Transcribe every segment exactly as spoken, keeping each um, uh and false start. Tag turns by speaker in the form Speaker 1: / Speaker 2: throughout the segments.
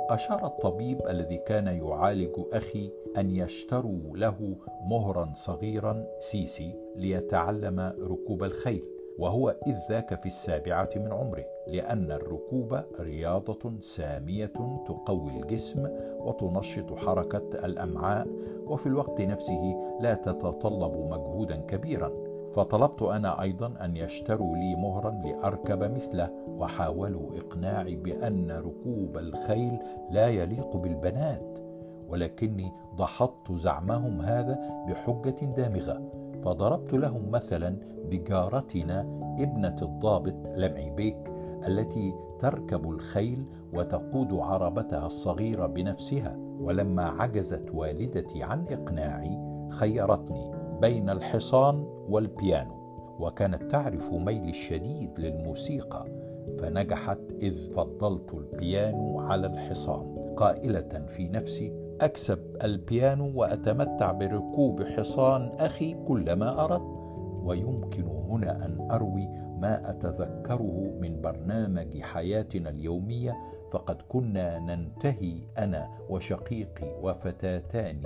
Speaker 1: أشار الطبيب الذي كان يعالج أخي أن يشتروا له مهرا صغيرا سيسي ليتعلم ركوب الخيل، وهو إذ ذاك في السابعة من عمره، لأن الركوب رياضة سامية تقوي الجسم وتنشط حركة الأمعاء، وفي الوقت نفسه لا تتطلب مجهودا كبيرا. فطلبت أنا أيضا أن يشتروا لي مهرا لأركب مثله، وحاولوا إقناعي بأن ركوب الخيل لا يليق بالبنات، ولكني دحضت زعمهم هذا بحجة دامغة. فضربت لهم مثلا بجارتنا ابنة الضابط لمعي بيك التي تركب الخيل وتقود عربتها الصغيرة بنفسها. ولما عجزت والدتي عن إقناعي خيرتني بين الحصان والبيانو، وكانت تعرف ميلي الشديد للموسيقى، فنجحت إذ فضلت البيانو على الحصان، قائلة في نفسي: أكسب البيانو وأتمتع بركوب حصان أخي كلما أردت. ويمكن هنا أن أروي ما أتذكره من برنامج حياتنا اليومية، فقد كنا ننتهي أنا وشقيقي وفتاتان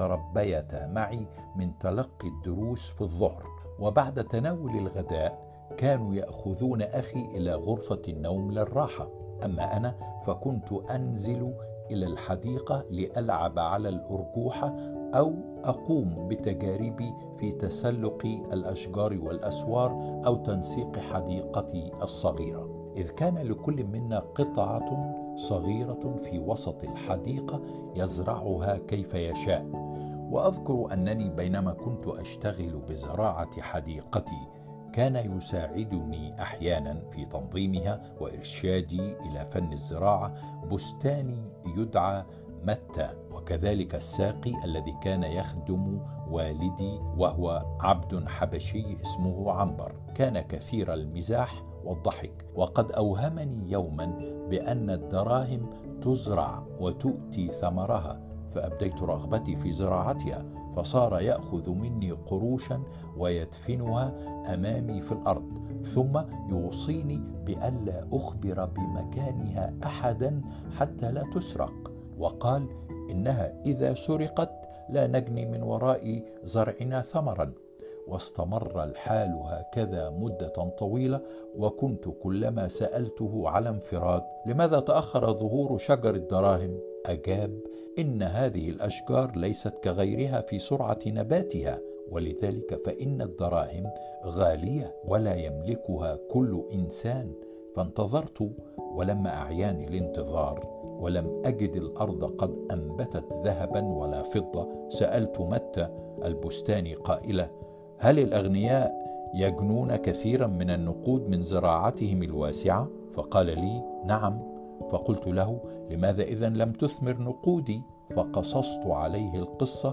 Speaker 1: تربيتا معي من تلقي الدروس في الظهر، وبعد تناول الغداء كانوا يأخذون أخي إلى غرفة النوم للراحة، أما أنا فكنت أنزل إلى الحديقة لألعب على الأرجوحة أو أقوم بتجاربي في تسلق الأشجار والأسوار أو تنسيق حديقتي الصغيرة، إذ كان لكل منا قطعة صغيرة في وسط الحديقة يزرعها كيف يشاء. وأذكر أنني بينما كنت أشتغل بزراعة حديقتي كان يساعدني أحيانا في تنظيمها وإرشادي إلى فن الزراعة بستاني يدعى متى، وكذلك الساقي الذي كان يخدم والدي وهو عبد حبشي اسمه عنبر، كان كثير المزاح والضحك. وقد أوهمني يوما بأن الدراهم تزرع وتؤتي ثمرها، فأبديت رغبتي في زراعتها، فصار يأخذ مني قروشا ويدفنها أمامي في الأرض، ثم يوصيني بألا أخبر بمكانها أحدا حتى لا تسرق، وقال إنها إذا سرقت لا نجني من وراء زرعنا ثمرا. واستمر الحال هكذا مدة طويلة، وكنت كلما سألته على انفراد لماذا تأخر ظهور شجر الدراهم أجاب إن هذه الأشجار ليست كغيرها في سرعة نباتها، ولذلك فإن الدراهم غالية ولا يملكها كل إنسان. فانتظرت، ولما أعياني الانتظار ولم أجد الأرض قد أنبتت ذهبا ولا فضة، سألت متى البستاني قائلة: هل الأغنياء يجنون كثيرا من النقود من زراعتهم الواسعة؟ فقال لي: نعم. فقلت له: لماذا إذن لم تثمر نقودي؟ فقصصت عليه القصة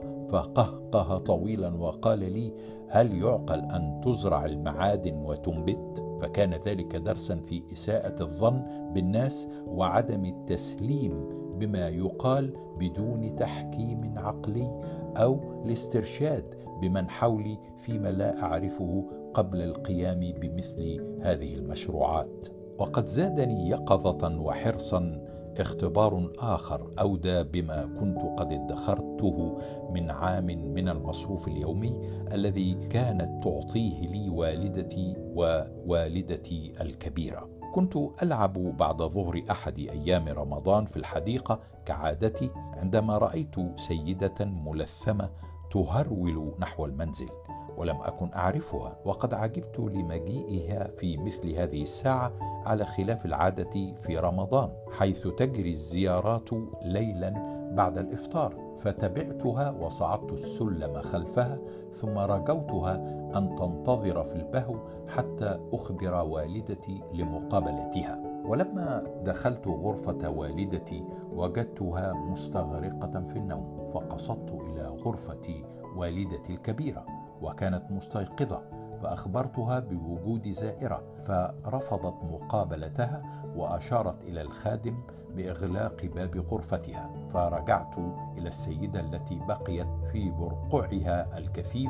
Speaker 1: فقهقه طويلا وقال لي: هل يعقل أن تزرع المعادن وتنبت؟ فكان ذلك درسا في إساءة الظن بالناس وعدم التسليم بما يقال بدون تحكيم عقلي أو الاسترشاد بمن حولي فيما لا أعرفه قبل القيام بمثل هذه المشروعات. وقد زادني يقظة وحرصا اختبار آخر أودى بما كنت قد ادخرته من عام من المصروف اليومي الذي كانت تعطيه لي والدتي ووالدتي الكبيرة. كنت ألعب بعد ظهر أحد أيام رمضان في الحديقة كعادتي، عندما رأيت سيدة ملثمة تهرول نحو المنزل، ولم أكن أعرفها، وقد عجبت لمجيئها في مثل هذه الساعة على خلاف العادة في رمضان، حيث تجري الزيارات ليلا بعد الإفطار. فتبعتها وصعدت السلم خلفها، ثم رجوتها أن تنتظر في البهو حتى أخبر والدتي لمقابلتها. ولما دخلت غرفة والدتي وجدتها مستغرقة في النوم، فقصدت إلى غرفة والدتي الكبيرة وكانت مستيقظة، فأخبرتها بوجود زائرة، فرفضت مقابلتها وأشارت إلى الخادم بإغلاق باب غرفتها. فرجعت إلى السيدة التي بقيت في برقعها الكثيف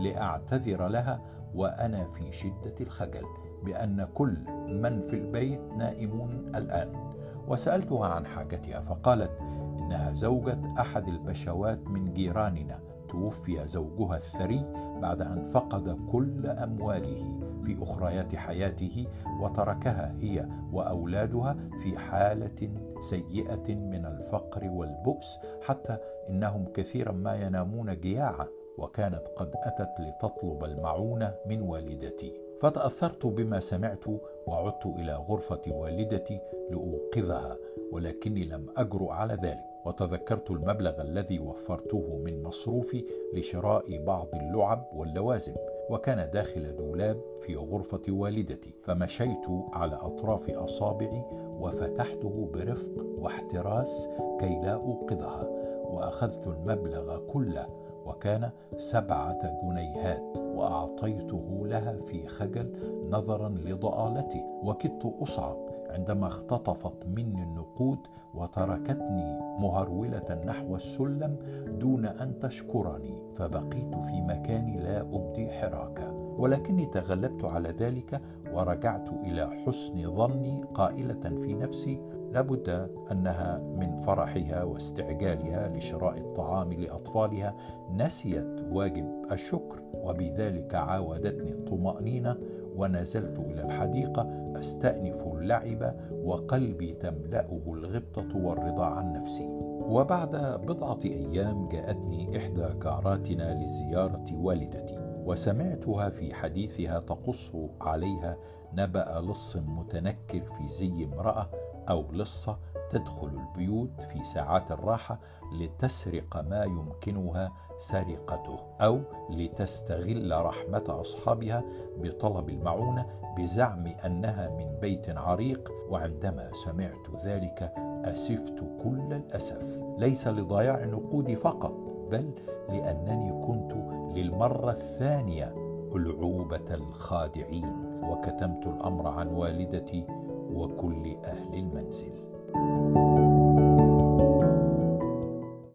Speaker 1: لأعتذر لها، وأنا في شدة الخجل بأن كل من في البيت نائمون الآن، وسألتها عن حاجتها، فقالت إنها زوجة أحد البشوات من جيراننا، توفي زوجها الثري بعد أن فقد كل أمواله في أخريات حياته، وتركها هي وأولادها في حالة سيئة من الفقر والبؤس، حتى إنهم كثيرا ما ينامون جياعا، وكانت قد أتت لتطلب المعونة من والدتي. فتأثرت بما سمعت وعدت إلى غرفة والدتي لأوقظها، ولكني لم أجرؤ على ذلك، وتذكرت المبلغ الذي وفرته من مصروفي لشراء بعض اللعب واللوازم، وكان داخل دولاب في غرفة والدتي. فمشيت على أطراف أصابعي وفتحته برفق واحتراس كي لا أوقظها، وأخذت المبلغ كله، وكان سبعة جنيهات، وأعطيته لها في خجل نظرا لضآلتي، وكدت أصعق عندما اختطفت مني النقود وتركتني مهرولة نحو السلم دون أن تشكرني، فبقيت في مكاني لا أبدي حراكة. ولكني تغلبت على ذلك ورجعت إلى حسن ظني، قائلة في نفسي لابد أنها من فرحها واستعجالها لشراء الطعام لأطفالها نسيت واجب الشكر، وبذلك عاودتني الطمأنينة، ونزلت إلى الحديقة أستأنف اللعب وقلبي تملأه الغبطة والرضا عن نفسي. وبعد بضعة أيام جاءتني إحدى جاراتنا لزيارة والدتي، وسمعتها في حديثها تقص عليها نبأ لص متنكر في زي امرأة أو لصة تدخل البيوت في ساعات الراحة لتسرق ما يمكنها سرقته، أو لتستغل رحمة أصحابها بطلب المعونة بزعم أنها من بيت عريق. وعندما سمعت ذلك أسفت كل الأسف، ليس لضياع نقودي فقط، بل لأنني كنت للمرة الثانية ألعوبة الخادعين، وكتمت الأمر عن والدتي وكل أهل المنزل.